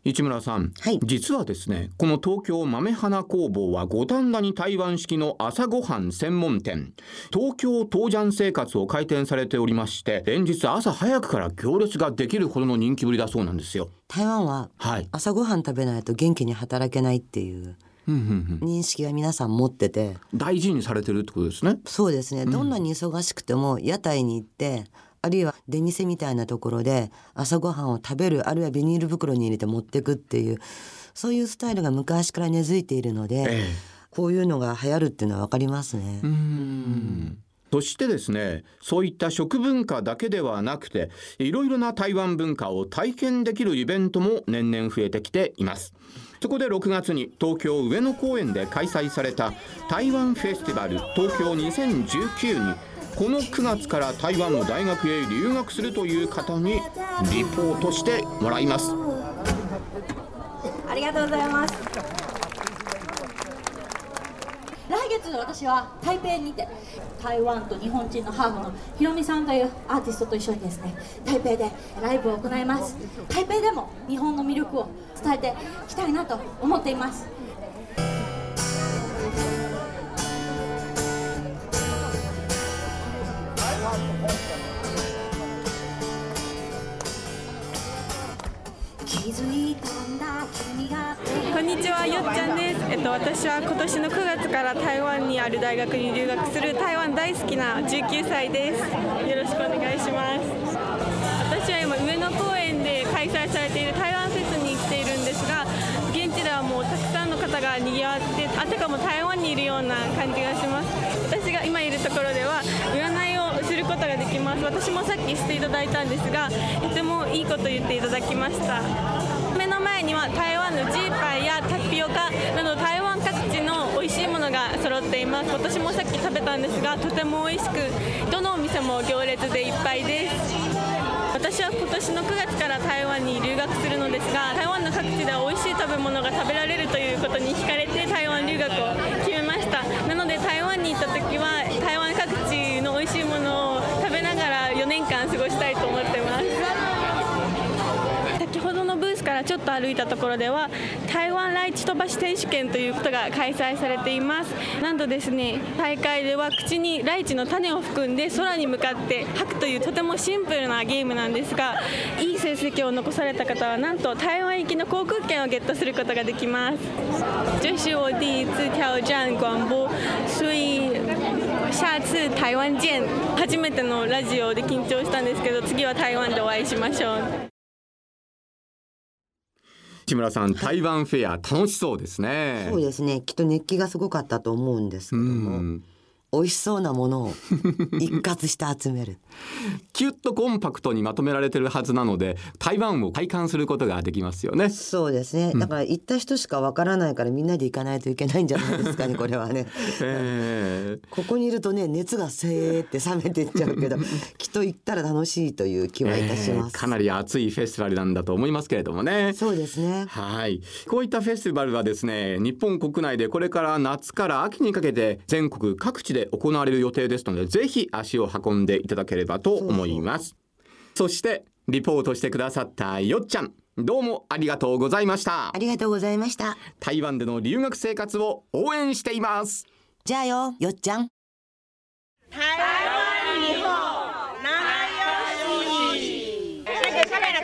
市村さん、 はい、 実はですね、この東京豆花工房は五反田に台湾式の朝ごはん専門店、東京東ジャン生活を開店されておりまして、連日朝早くから行列ができるほどの人気ぶりだそうなんですよ。 台湾は朝ごはん食べないと元気に働けないっていう認識が皆さん持ってて、 大事にされてるってことですね。 そうですね、どんなに忙しくても屋台に行って、あるいは出店みたいなところで朝ごはんを食べる、あるいはビニール袋に入れて持ってくっていう、そういうスタイルが昔から根付いているので、こういうのが流行るっていうのは分かりますね。 そしてですね、そういった食文化だけではなくて、いろいろな台湾文化を体験できるイベントも年々増えてきています。そこで6月に東京上野公園で開催された台湾フェスティバル東京2019に、この9月から台湾の大学へ留学するという方にリポートしてもらいます。 ありがとうございます。来月私は台北にて台湾と日本人のハーフのひろみさんというアーティストと一緒にですね、台北でライブを行います。台北でも日本の魅力を伝えていきたいなと思っています。 こんにちは、よっちゃんです。私は今年の9月から台湾にある大学に留学する台湾大好きな19歳です。よろしくお願いします。私は今上野公園で開催されている台湾フェスに来ているんですが、現地ではもうたくさんの方が賑わって、あたかも台湾にいるような感じがします。私が今いるところでは占いをすることができます。私もさっきしていただいたんですが、とてもいいこと言っていただきました。目の前には台湾のジーパイやタピオカなど台湾各地の美味しいものが揃っています。私もさっき食べたんですが、とても美味しく、どのお店も行列でいっぱいです。私は今年の9月から台湾に留学するのですが、台湾の各地では美味しい食べ物が食べられるということに惹かれて台湾留学を決めました。なので台湾に行った時は台湾各地の美味しいものを食べながら4年間過ごしたいと思ってます。先ほどのブースからちょっと歩いたところでは台湾ライチ飛ばし選手権ということが開催されています。なんとですね、大会では口にライチの種を含んで空に向かって吐くというとてもシンプルなゲームなんですが、いい成績を残された方はなんと台湾行きの航空券をゲットすることができます。这是我第一次挑战广播，所以下次台湾見。初めてのラジオで緊張したんですけど、次は台湾でお会いしましょう。 市村さん、台湾フェア楽しそうですね。 そうですね、きっと熱気がすごかったと思うんですけども、美味しそうなものを一括して集めるキュッとコンパクトにまとめられてるはずなので、台湾を体感することができますよね。 そうですね、だから行った人しかわからないからみんなで行かないといけないんじゃないですかねこれはね、ここにいるとね、熱がせーって冷めていっちゃうけどきっと行ったら楽しいという気はいたします。 かなり熱いフェスティバルなんだと思いますけれどもね。 そうですね、 はい、こういったフェスティバルはですね、日本国内でこれから夏から秋にかけて全国各地で行われる予定ですので、ぜひ足を運んでいただければと思います。そしてリポートしてくださったよっちゃん、どうもありがとうございました。 ありがとうございました。 台湾での留学生活を応援しています。 じゃあよ、よっちゃん。 台湾日本仲良し。カメラ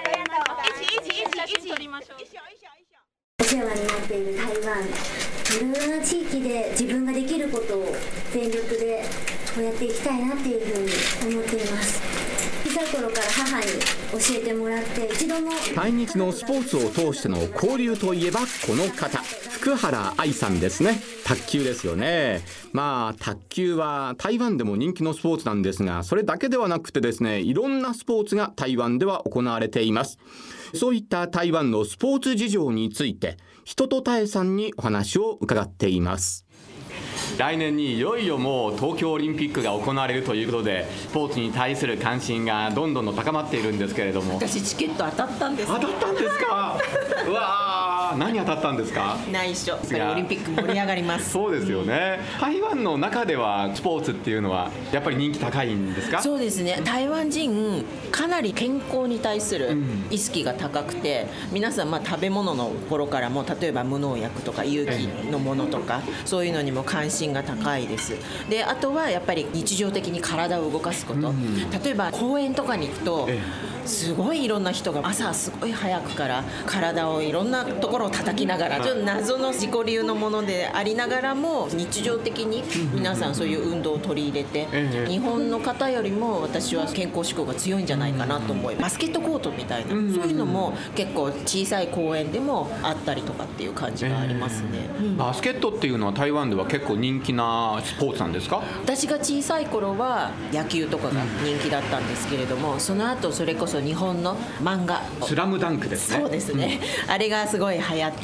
一起撮りましょう。 お世話になっている台湾、いろいろな地域で自分ができることを全力でこうやっていきたいなっていうふうに思っています。小さい頃から母に教えてもらって、一度も対日のスポーツを通しての交流といえばこの方、福原愛さんですね。卓球ですよね。卓球は台湾でも人気のスポーツなんですが、それだけではなくてですね、いろんなスポーツが台湾では行われています。そういった台湾のスポーツ事情について、人とたえさんにお話を伺っています。来年にいよいよもう東京オリンピックが行われるということで、スポーツに対する関心がどんどん高まっているんですけれども。 私チケット当たったんです。 当たったんですかうわー、 何当たったんですか？ 内緒。やっぱりオリンピック盛り上がりますそうですよね。台湾の中ではスポーツっていうのはやっぱり人気高いんですか？ そうですね。台湾人かなり健康に対する意識が高くて、皆さん食べ物の頃からも、例えば無農薬とか有機のものとか、そういうのにも関心が高いです。であとはやっぱり日常的に体を動かすこと、例えば公園とかに行くとすごいいろんな人が朝すごい早くから体をいろんなところを叩きながら、ちょっと謎の自己流のものでありながらも日常的に皆さんそういう運動を取り入れて、日本の方よりも私は健康志向が強いんじゃないかなと思います。バスケットコートみたいな、そういうのも結構小さい公園でもあったりとかっていう感じがありますね。 バスケットっていうのは台湾では結構人気なスポーツなんですか？ 私が小さい頃は野球とかが人気だったんですけれども、その後それこそ日本の漫画スラムダンクですね。 そうですね、あれがすごい流行って、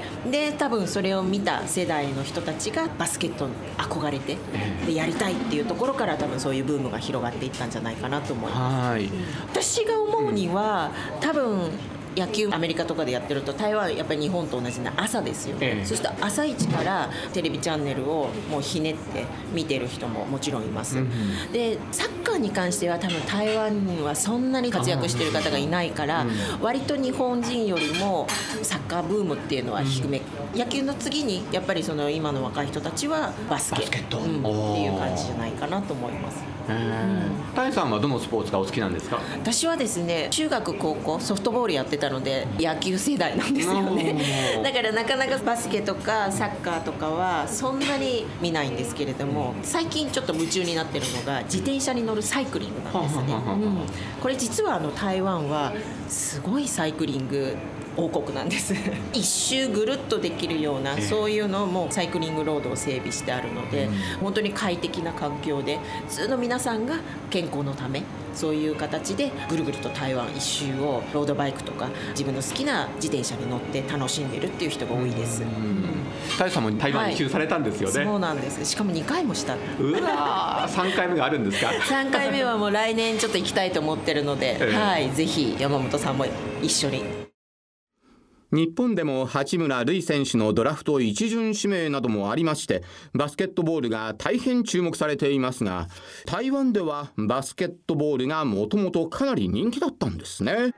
で多分それを見た世代の人たちがバスケットに憧れて、でやりたいっていうところから多分そういうブームが広がっていったんじゃないかなと思います。私が思うには、多分野球アメリカとかでやってると、台湾やっぱり日本と同じな朝ですよ、そうすると朝一からテレビチャンネルをもうひねって見てる人ももちろんいます、でサッカーに関しては多分台湾にはそんなに活躍してる方がいないから、割と日本人よりもサッカーブームっていうのは低め、野球の次にやっぱりその今の若い人たちはバスケット、っていう感じじゃないかなと思います。 タイさんはどのスポーツがお好きなんですか？ 私はですね、中学高校ソフトボールやってたので野球世代なんですよね。だからなかなかバスケとかサッカーとかはそんなに見ないんですけれども、最近ちょっと夢中になってるのが自転車に乗るサイクリングなんですね。これ実は台湾はすごいサイクリング王国なんです一周ぐるっとできるような、そういうのもサイクリングロードを整備してあるので、本当に快適な環境で普通の皆さんが健康のためそういう形でぐるぐると台湾一周をロードバイクとか自分の好きな自転車に乗って楽しんでるっていう人が多いです。 タイさんも台湾一周されたんですよね。 そうなんです。しかも2回もした。 うわー、3回目があるんですか ？3回目はもう来年ちょっと行きたいと思ってるので、はい、ぜひ山本さんも一緒に。 日本でも八村塁選手のドラフト一巡指名などもありまして、バスケットボールが大変注目されていますが、台湾ではバスケットボールがもともとかなり人気だったんですね。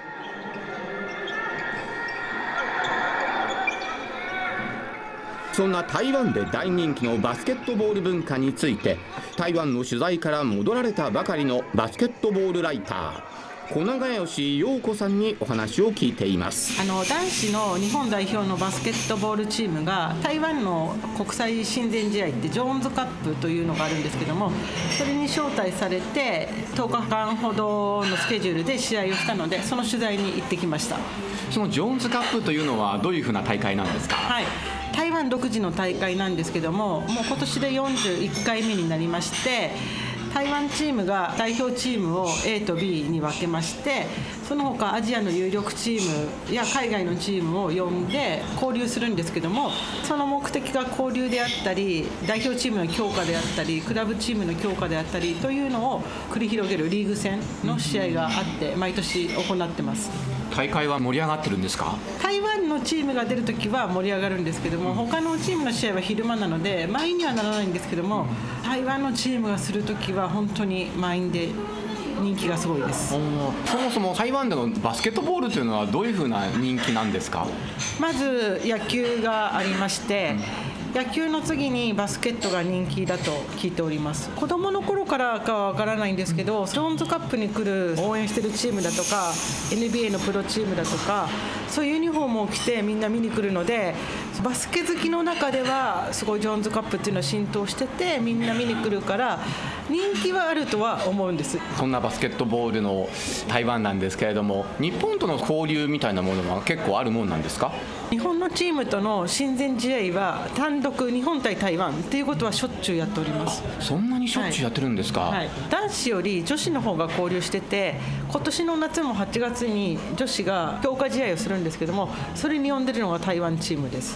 そんな台湾で大人気のバスケットボール文化について、台湾の取材から戻られたばかりのバスケットボールライター小永吉陽子さんにお話を聞いています。 男子の日本代表のバスケットボールチームが台湾の国際親善試合ってジョーンズカップというのがあるんですけども、それに招待されて10日間ほどのスケジュールで試合をしたので、その取材に行ってきました。 そのジョーンズカップというのはどういうふうな大会なんですか？ はい、台湾独自の大会なんですけども、もう今年で41回目になりまして、台湾チームが代表チームを A と B に分けまして、その他アジアの有力チームや海外のチームを呼んで交流するんですけども、その目的が交流であったり、代表チームの強化であったり、クラブチームの強化であったりというのを繰り広げるリーグ戦の試合があって毎年行ってます。 大会は盛り上がってるんですか？ 台湾のチームが出るときは盛り上がるんですけども、他のチームの試合は昼間なので満員にはならないんですけども、台湾のチームがするときは本当に満員で人気がすごいです。 そもそも台湾でのバスケットボールというのはどういうふうな人気なんですか？ まず野球がありまして、野球の次にバスケットが人気だと聞いております。子供の頃からかはわからないんですけど、ジョーンズカップに来る応援してるチームだとか NBA のプロチームだとか、そういうユニフォームを着てみんな見に来るので、バスケ好きの中ではすごいジョーンズカップっていうのは浸透してて、みんな見に来るから人気はあるとは思うんです。 そんなバスケットボールの台湾なんですけれども、日本との交流みたいなものは結構あるもんなんですか？ 日本のチームとの親善試合は単独日本対台湾っていうことはしょっちゅうやっております。 そんなにしょっちゅうやってるんですか？ はい、男子より女子の方が交流してて、今年の夏も8月に女子が強化試合をするんですけども、それに呼んでるのが台湾チームです。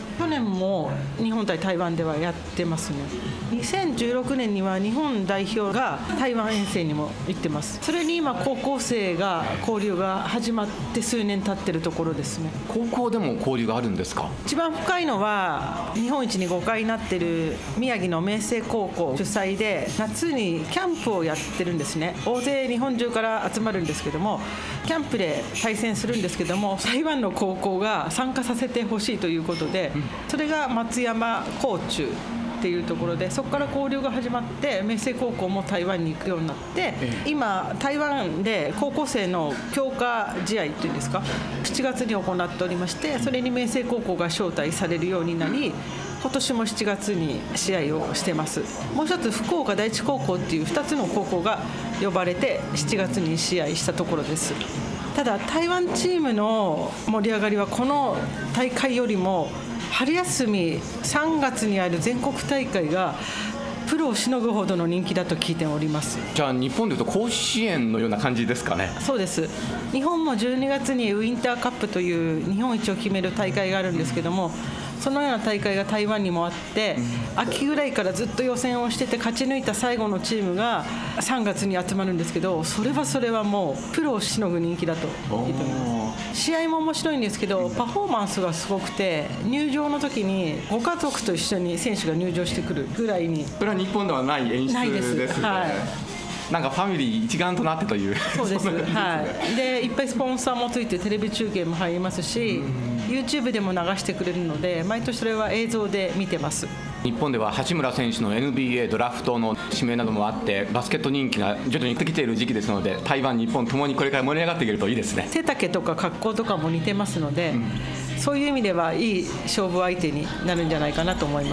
去年も日本対台湾ではやってますね。2016年には日本代表が台湾遠征にも行ってます。それに今高校生が交流が始まって数年経ってるところですね。 高校でも交流があるんですか？ 一番深いのは日本一に5回なってる宮城の明星高校主催で夏にキャンプをやってるんですね。大勢日本中から集まるんですけども、キャンプで対戦するんですけども、台湾の高校が参加させてほしいということで、それが松山高中っていうところで、そこから交流が始まって明星高校も台湾に行くようになって、今台湾で高校生の強化試合っていうんですか、7月に行っておりまして、それに明星高校が招待されるようになり、今年も7月に試合をしてます。もう一つ福岡第一高校っていう2つの高校が呼ばれて7月に試合したところです。ただ台湾チームの盛り上がりはこの大会よりも春休み3月にある全国大会がプロをしのぐほどの人気だと聞いております。 じゃあ日本でいうと甲子園のような感じですかね？ そうです。日本も12月にウインターカップという日本一を決める大会があるんですけども、そのような大会が台湾にもあって、秋ぐらいからずっと予選をしてて勝ち抜いた最後のチームが3月に集まるんですけど、それはもうプロをしのぐ人気だと聞いております。試合も面白いんですけど、パフォーマンスがすごくて、入場の時にご家族と一緒に選手が入場してくるぐらいに。 それは日本ではない演出ですね。はい、なんかファミリー一丸となってという。 そうです。はい。で、いっぱいスポンサーもついてテレビ中継も入りますし、YouTube でも流してくれるので、毎年それは映像で見てます。 日本では八村選手の NBA ドラフトの指名などもあって、バスケット人気が徐々に来ている時期ですので、台湾、日本ともにこれから盛り上がっていけるといいですね。 背丈とか格好とかも似てますので、そういう意味ではいい勝負相手になるんじゃないかなと思います。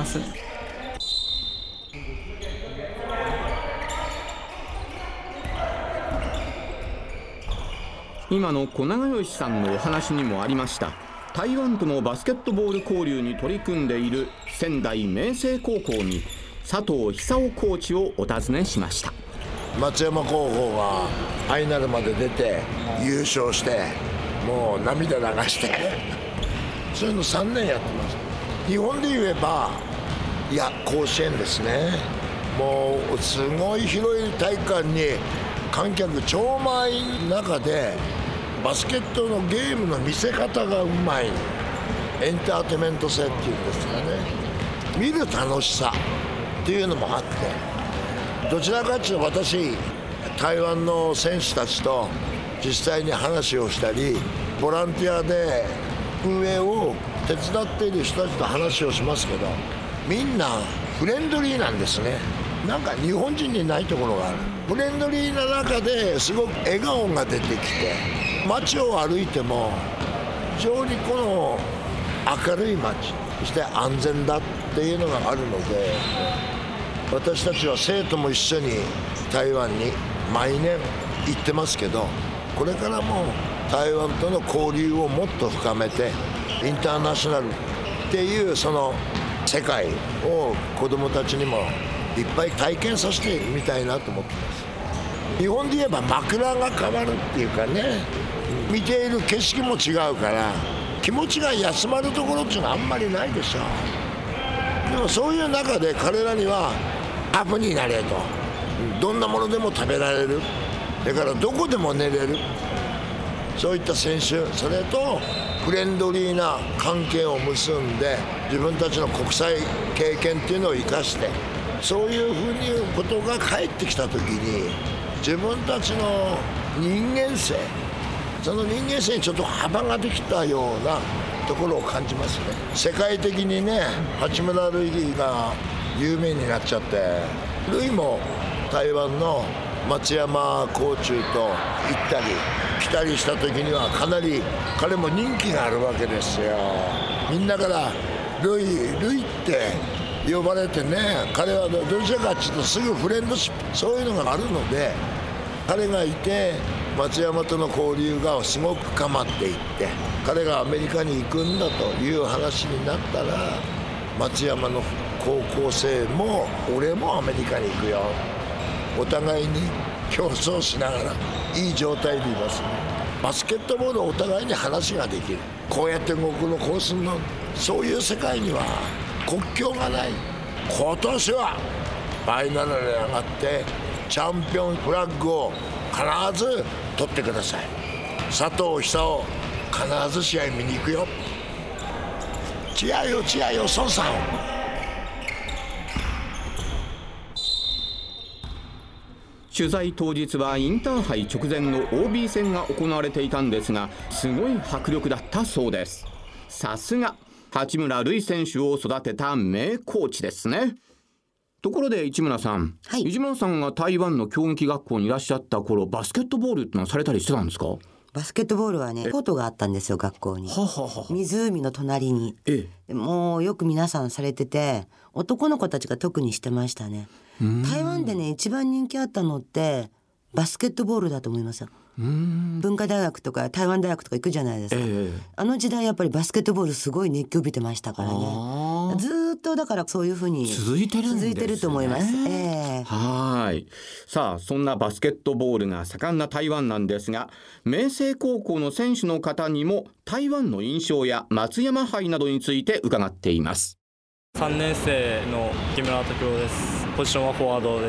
今の小永義さんのお話にもありました、台湾とのバスケットボール交流に取り組んでいる仙台明星高校に佐藤久夫コーチをお尋ねしました。 松山高校がファイナルまで出て優勝して、もう涙流してそういうの3年やってます。日本で言えば甲子園ですね。もうすごい広い体育館に観客超満員の中でバスケットのゲームの見せ方がうまい、エンターテインメント性っていうんですかね、見る楽しさっていうのもあって、どちらかというと私台湾の選手たちと実際に話をしたり、ボランティアで運営を手伝っている人たちと話をしますけど、みんなフレンドリーなんですね。なんか日本人にないところがある。フレンドリーな中ですごく笑顔が出てきて、街を歩いても非常にこの明るい街、そして安全だっていうのがあるので、私たちは生徒も一緒に台湾に毎年行ってますけど、これからも台湾との交流をもっと深めて、インターナショナルっていうその世界を子どもたちにもいっぱい体験させてみたいなと思ってます。日本で言えば枕が変わるっていうかね、見ている景色も違うから気持ちが休まるところっていうのはあんまりないでしょ。でもそういう中で彼らにはタフになれと、どんなものでも食べられる、だからどこでも寝れる、そういった選手、それとフレンドリーな関係を結んで自分たちの国際経験っていうのを生かして、そういうふうにことが返ってきた時に自分たちの人間性、その人間性にちょっと幅ができたようなところを感じますね。世界的にね、八村塁が有名になっちゃって、塁も台湾の松山コーチと行ったり来たりした時にはかなり彼も人気があるわけですよ。みんなからルイって呼ばれてね、彼はどちらかというとすぐフレンドシップ、そういうのがあるので、彼がいて松山との交流がすごく深まっていって、彼がアメリカに行くんだという話になったら、松山の高校生も俺もアメリカに行くよ、お互いに競争しながらいい状態でいますね。バスケットボールお互いに話ができる。 こうやって動くのこうすんの、そういう世界には国境がない。今年はファイナルに上がってチャンピオンフラッグを必ず取ってください。佐藤久雄必ず試合見に行くよ。チアよチアよ孫さん。 取材当日はインターハイ直前の OB 戦が行われていたんですが、すごい迫力だったそうです。さすが八村塁選手を育てた名コーチですね。ところで市村さん、 はい、 市村さんが台湾の競技学校にいらっしゃった頃、バスケットボールってのはされたりしてたんですか？ バスケットボールはね、コートがあったんですよ、学校に。湖の隣に。もうよく皆さんされてて、男の子たちが特にしてましたね。台湾でね、一番人気あったのってバスケットボールだと思いますよ。文化大学とか台湾大学とか行くじゃないですか、あの時代やっぱりバスケットボールすごい熱狂を帯びてましたからね。ずっとだからそういうふうに続いてるんですね。 続いてると思います。 はい。さあ、そんなバスケットボールが盛んな台湾なんですが、明星高校の選手の方にも台湾の印象や松山杯などについて伺っています。 3年生の木村拓郎です。ポジションはフォワードです。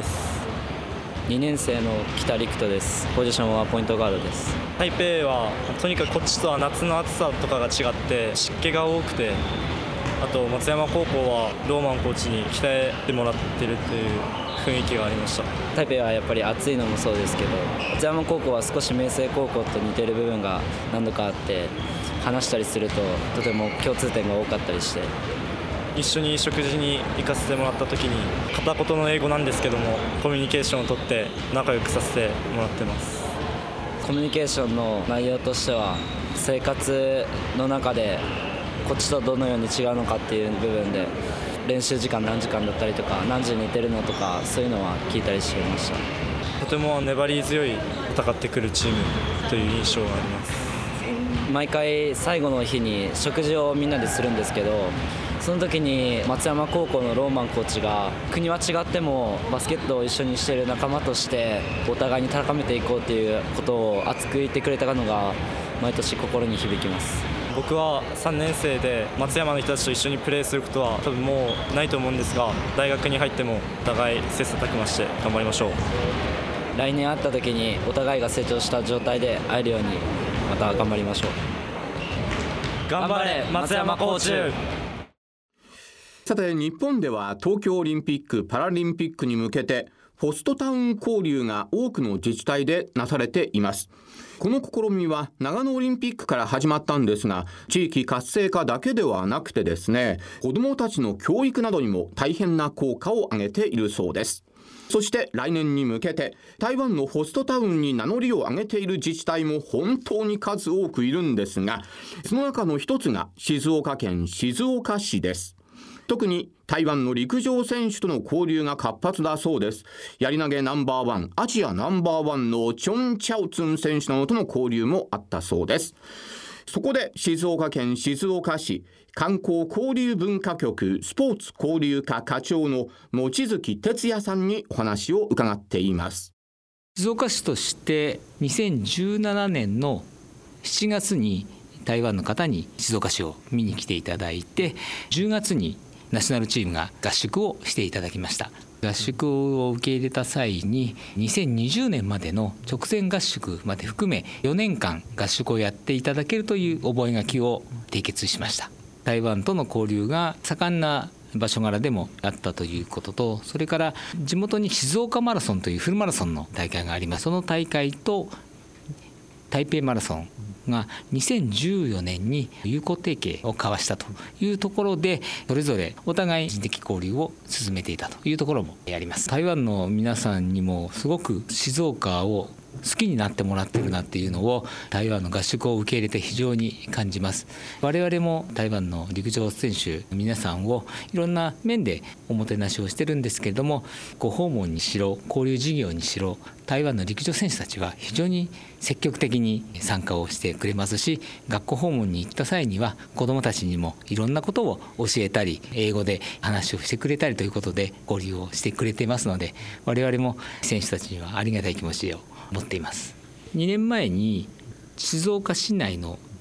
2年生の北陸斗です。ポジションはポイントガードです。 台北はとにかくこっちとは夏の暑さとかが違って湿気が多くて、あと松山高校はローマンコーチに鍛えてもらってるという雰囲気がありました。 台北はやっぱり暑いのもそうですけど、松山高校は少し明星高校と似てる部分が何度かあって、話したりするととても共通点が多かったりして、 一緒に食事に行かせてもらった時に片言の英語なんですけども、コミュニケーションをとって仲良くさせてもらってます。 コミュニケーションの内容としては、生活の中でこっちとどのように違うのかっていう部分で、練習時間何時間だったりとか、何時に寝てるのとか、そういうのは聞いたりしていました。 とても粘り強い戦ってくるチームという印象があります。 毎回最後の日に食事をみんなでするんですけど、その時に松山高校のローマンコーチが、国は違ってもバスケットを一緒にしている仲間としてお互いに高めていこうということを熱く言ってくれたのが毎年心に響きます。 僕は3年生で松山の人たちと一緒にプレーすることは多分もうないと思うんですが、大学に入ってもお互い切磋琢磨して頑張りましょう。 来年会った時にお互いが成長した状態で会えるようにまた頑張りましょう。 頑張れ松山コーチ。 さて、日本では東京オリンピック・パラリンピックに向けてホストタウン交流が多くの自治体でなされています。この試みは長野オリンピックから始まったんですが、地域活性化だけではなくてですね、子どもたちの教育などにも大変な効果を上げているそうです。そして来年に向けて台湾のホストタウンに名乗りを上げている自治体も本当に数多くいるんですが、その中の一つが静岡県静岡市です。特に台湾の陸上選手との交流が活発だそうです。やり投げナンバーワン、アジアナンバーワンのチョン・チャオツン選手などとの交流もあったそうです。そこで静岡県静岡市観光交流文化局スポーツ交流課課長の望月哲也さんにお話を伺っています。 静岡市として2017年の7月に台湾の方に静岡市を見に来ていただいて、10月にナショナルチームが合宿をしていただきました。合宿を受け入れた際に2020年までの直前合宿まで含め4年間合宿をやっていただけるという覚書を締結しました。台湾との交流が盛んな場所柄でもあったということと、それから地元に静岡マラソンというフルマラソンの大会があります。その大会と台北マラソンが2014年に友好提携を交わしたというところで、それぞれお互い人的交流を進めていたというところもあります。台湾の皆さんにもすごく静岡を好きになってもらってるなっていうのを台湾の合宿を受け入れて非常に感じます。我々も台湾の陸上選手皆さんをいろんな面でおもてなしをしてるんですけれども、ご訪問にしろ交流事業にしろ、台湾の陸上選手たちは非常に積極的に参加をしてくれますし、学校訪問に行った際には子どもたちにもいろんなことを教えたり、英語で話をしてくれたりということで交流をしてくれていますので、我々も選手たちにはありがたい気持ちを持っています。2年前に静岡市内の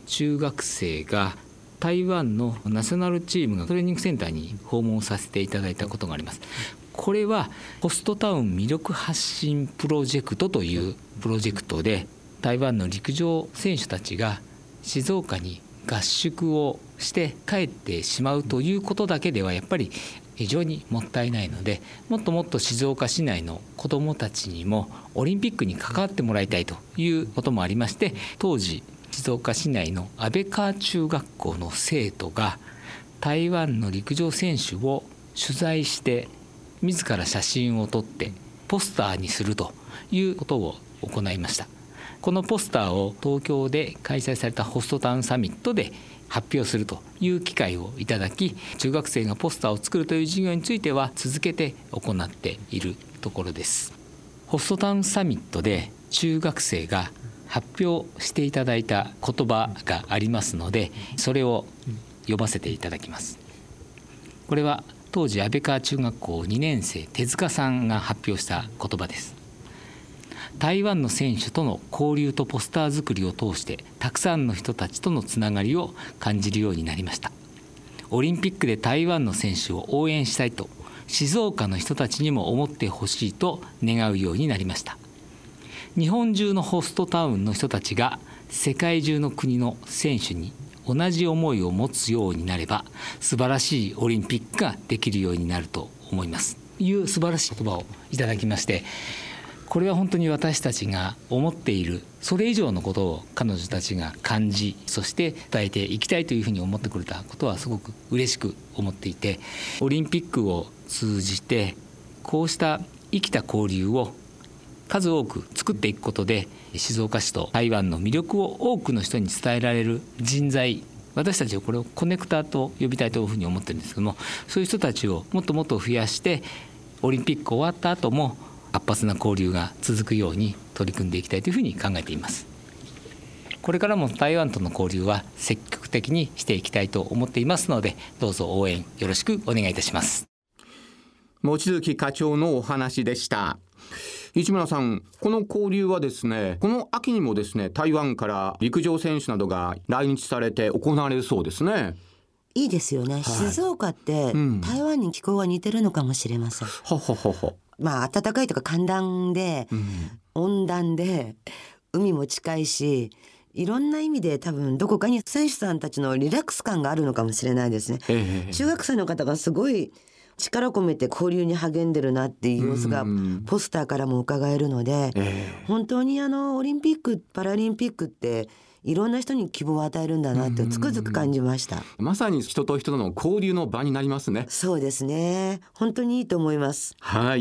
中学生が台湾のナショナルチームがトレーニングセンターに訪問させていただいたことがあります。これはホストタウン魅力発信プロジェクトというプロジェクトで、台湾の陸上選手たちが静岡に合宿をして帰ってしまうということだけではやっぱり非常にもったいないので、もっともっと静岡市内の子どもたちにもオリンピックに関わってもらいたいということもありまして、当時静岡市内の安倍川中学校の生徒が台湾の陸上選手を取材して自ら写真を撮ってポスターにするということを行いました。このポスターを東京で開催されたホストタウンサミットで発表するという機会をいただき、中学生がポスターを作るという授業については続けて行っているところです。ホストタウンサミットで中学生が発表していただいた言葉がありますので、それを読ませていただきます。これは当時安倍川中学校2年生手塚さんが発表した言葉です。台湾の選手との交流とポスター作りを通してたくさんの人たちとのつながりを感じるようになりました。オリンピックで台湾の選手を応援したいと静岡の人たちにも思ってほしいと願うようになりました。日本中のホストタウンの人たちが世界中の国の選手に同じ思いを持つようになれば、素晴らしいオリンピックができるようになると思いますという素晴らしい言葉をいただきまして、これは本当に私たちが思っているそれ以上のことを彼女たちが感じ、そして伝えていきたいというふうに思ってくれたことはすごく嬉しく思っていて、オリンピックを通じてこうした生きた交流を数多く作っていくことで、静岡市と台湾の魅力を多くの人に伝えられる人材、私たちはこれをコネクターと呼びたいというふうに思ってるんですけども、そういう人たちをもっともっと増やして、オリンピック終わった後も活発な交流が続くように取り組んでいきたいというふうに考えています。これからも台湾との交流は積極的にしていきたいと思っていますので、どうぞ応援よろしくお願いいたします。 望月課長のお話でした。市村さん、この交流はですね、この秋にもですね、台湾から陸上選手などが来日されて行われるそうですね。 いいですよね、はい、静岡って、台湾に気候が似てるのかもしれません。まあ暖かいとか寒暖で、温暖で海も近いし、いろんな意味で多分どこかに選手さんたちのリラックス感があるのかもしれないですね。中学生の方がすごい力込めて交流に励んでるなっていう様子がポスターからも伺えるので、本当にオリンピックパラリンピックっていろんな人に希望を与えるんだなってつくづく感じました。 まさに人と人との交流の場になりますね。 そうですね、本当にいいと思います。 はい。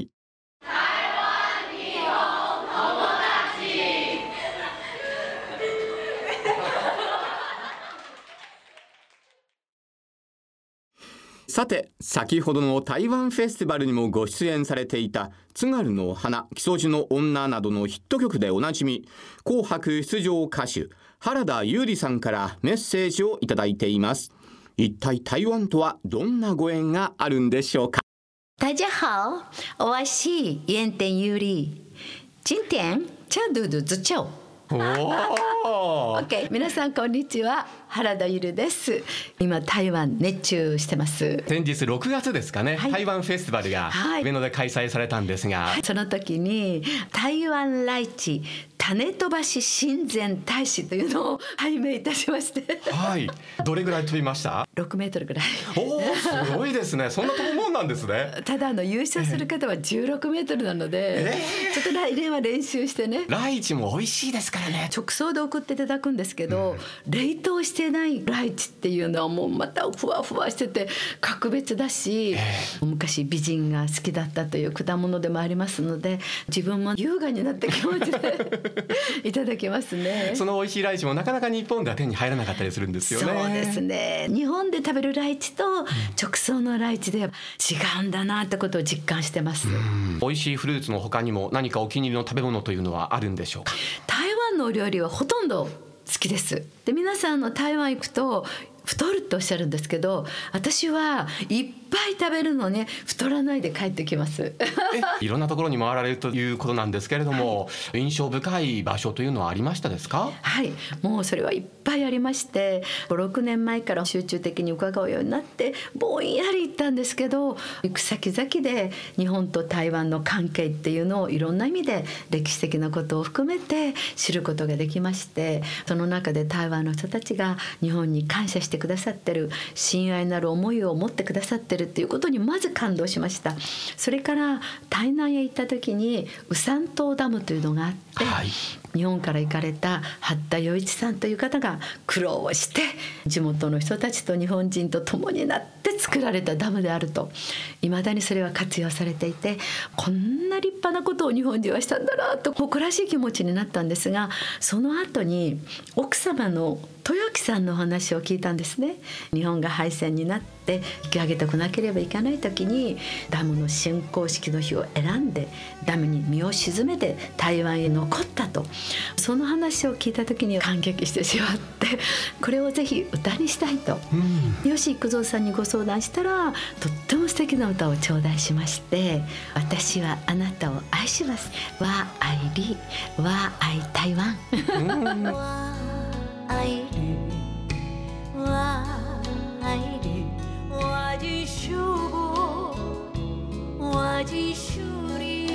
さて、先ほどの台湾フェスティバルにもご出演されていた津軽の花、木曽路の女などのヒット曲でおなじみ、紅白出場歌手原田優里さんからメッセージをいただいています。一体台湾とはどんなご縁があるんでしょうか。 大家好，我是原田優里。今天茶嘟嘟自嘲。OK、 皆さんこんにちは、原田優里です。今台湾熱中してます。 先日6月ですかね、台湾フェスティバルが上野で開催されたんですが、 その時に台湾ライチ種飛ばし親善大使というのを拝命いたしまして、 はい、どれぐらい飛びました？ 6メートルぐらい。 おー、すごいですね。そんな飛ぶもんなんですね。 ただ優勝する方は16メートルなので、ちょっと来年は練習してね。 ライチも美味しいですからね。 直送で送っていただくんですけど、冷凍してないライチっていうのはもうまたふわふわしてて格別だし、昔美人が好きだったという果物でもありますので、自分も優雅になった気持ちでいただきますね。 その美味しいライチもなかなか日本では手に入らなかったりするんですよね。 そうですね、日本で食べるライチと直送のライチで違うんだなってことを実感してます。 美味しいフルーツの他にも何かお気に入りの食べ物というのはあるんでしょうか？ 台湾のお料理はほとんど好きです。で、皆さん台湾行くと太るっておっしゃるんですけど、私はいっぱい食べるのね、太らないで帰ってきますいろんなところに回られるということなんですけれども、印象深い場所というのはありましたですか？ はい、もうそれはいっぱいありまして、5、6年前から集中的に伺うようになってぼんやり行ったんですけど、行く先々で日本と台湾の関係っていうのをいろんな意味で歴史的なことを含めて知ることができまして、その中で台湾の人たちが日本に感謝してくださってる、親愛なる思いを持ってくださってるっていうことにまず感動しました。それから台南へ行った時に雨山島ダムというのがあって、はい、日本から行かれた八田洋一さんという方が苦労をして地元の人たちと日本人と共になって作られたダムであると、未だにそれは活用されていて、こんな立派なことを日本人はしたんだなと誇らしい気持ちになったんですが、その後に奥様の豊樹さんのお話を聞いたんですね。日本が敗戦になって引き上げてこなければいけない時にダムの竣工式の日を選んでダムに身を沈めて台湾へ残ったと、その話を聞いた時に感激してしまって、これをぜひ歌にしたいと、吉幾三さんにご相談したらとっても素敵な歌を頂戴しまして、私はあなたを愛します、わ愛りわ愛台湾愛り我爱你，我的手，我的手里。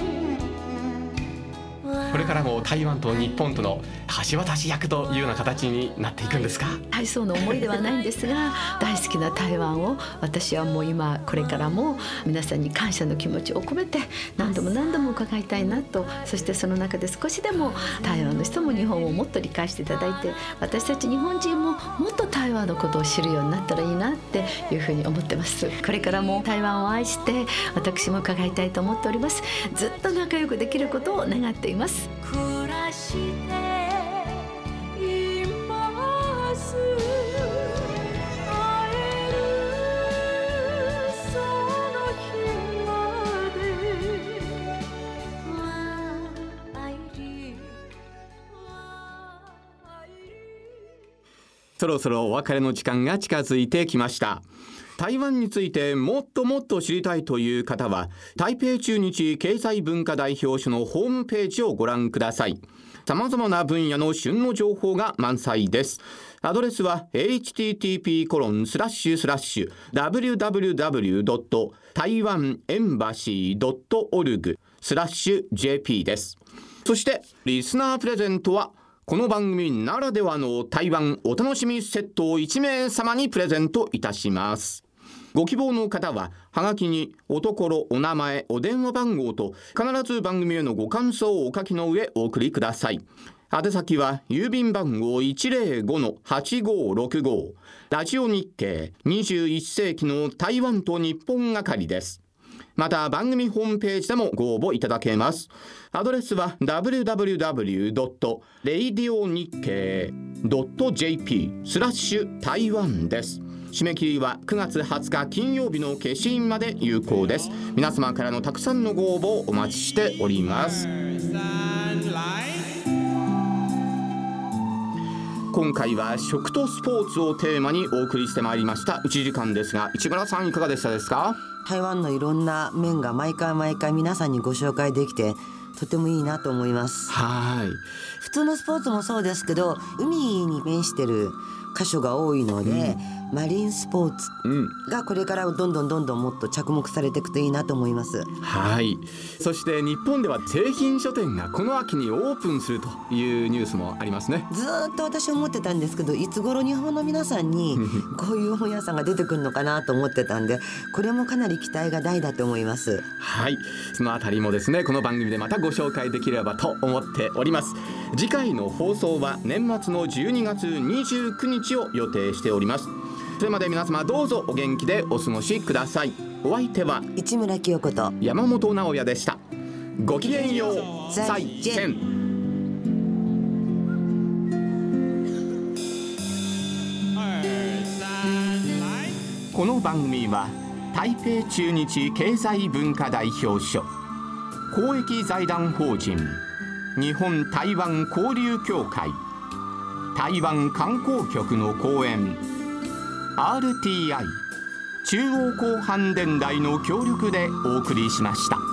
これからも台湾と日本との橋渡し役というような形になっていくんですか？ 大層の思いではないんですが、大好きな台湾を私はもう今これからも皆さんに感謝の気持ちを込めて何度も何度も伺いたいなと、そしてその中で少しでも台湾の人も日本をもっと理解していただいて、私たち日本人ももっと台湾のことを知るようになったらいいなっていうふうに思ってます。これからも台湾を愛して私も伺いたいと思っております。ずっと仲良くできることを願っています。暮らしています会えるその日までそろそろお別れの時間が近づいてきました。台湾についてもっともっと知りたいという方は台北駐日経済文化代表処のホームページをご覧ください。様々な分野の旬の情報が満載です。アドレスは http://www.taiwanembassy.org/jp です。そしてリスナープレゼントはこの番組ならではの台湾お楽しみセットを1名様にプレゼントいたします。ご希望の方ははがきにおところ、お名前、お電話番号と必ず番組へのご感想をお書きの上お送りください。宛先は郵便番号 105-8565 ラジオ日経21世紀の台湾と日本係です。また番組ホームページでもご応募いただけます。アドレスは www.radionickei.jp/台湾です。締め切りは9月20日金曜日の消印まで有効です。皆様からのたくさんのご応募をお待ちしております。今回は食とスポーツをテーマにお送りしてまいりました。1時間ですが、市村さんいかがでしたですか？ 台湾のいろんな面が毎回皆さんにご紹介できてとてもいいなと思います。 はい。 普通のスポーツもそうですけど、海に面してる箇所が多いので、マリンスポーツがこれからどんどんもっと着目されていくといいなと思います。 はい。そして日本では製品書店がこの秋にオープンするというニュースもありますね。 ずっと私思ってたんですけど、いつ頃日本の皆さんにこういう本屋さんが出てくるのかなと思ってたんで、これもかなり期待が大だと思います。 はい。そのあたりもですね、この番組でまたご紹介できればと思っております。次回の放送は年末の12月29日を予定しております。それまで皆様どうぞお元気でお過ごしください。お相手は市村清子と山本直也でした。ごきげんよう。再见。この番組は台北駐日経済文化代表処、公益財団法人日本台湾交流協会、台湾観光局の講演、 RTI 中央広範電台の協力でお送りしました。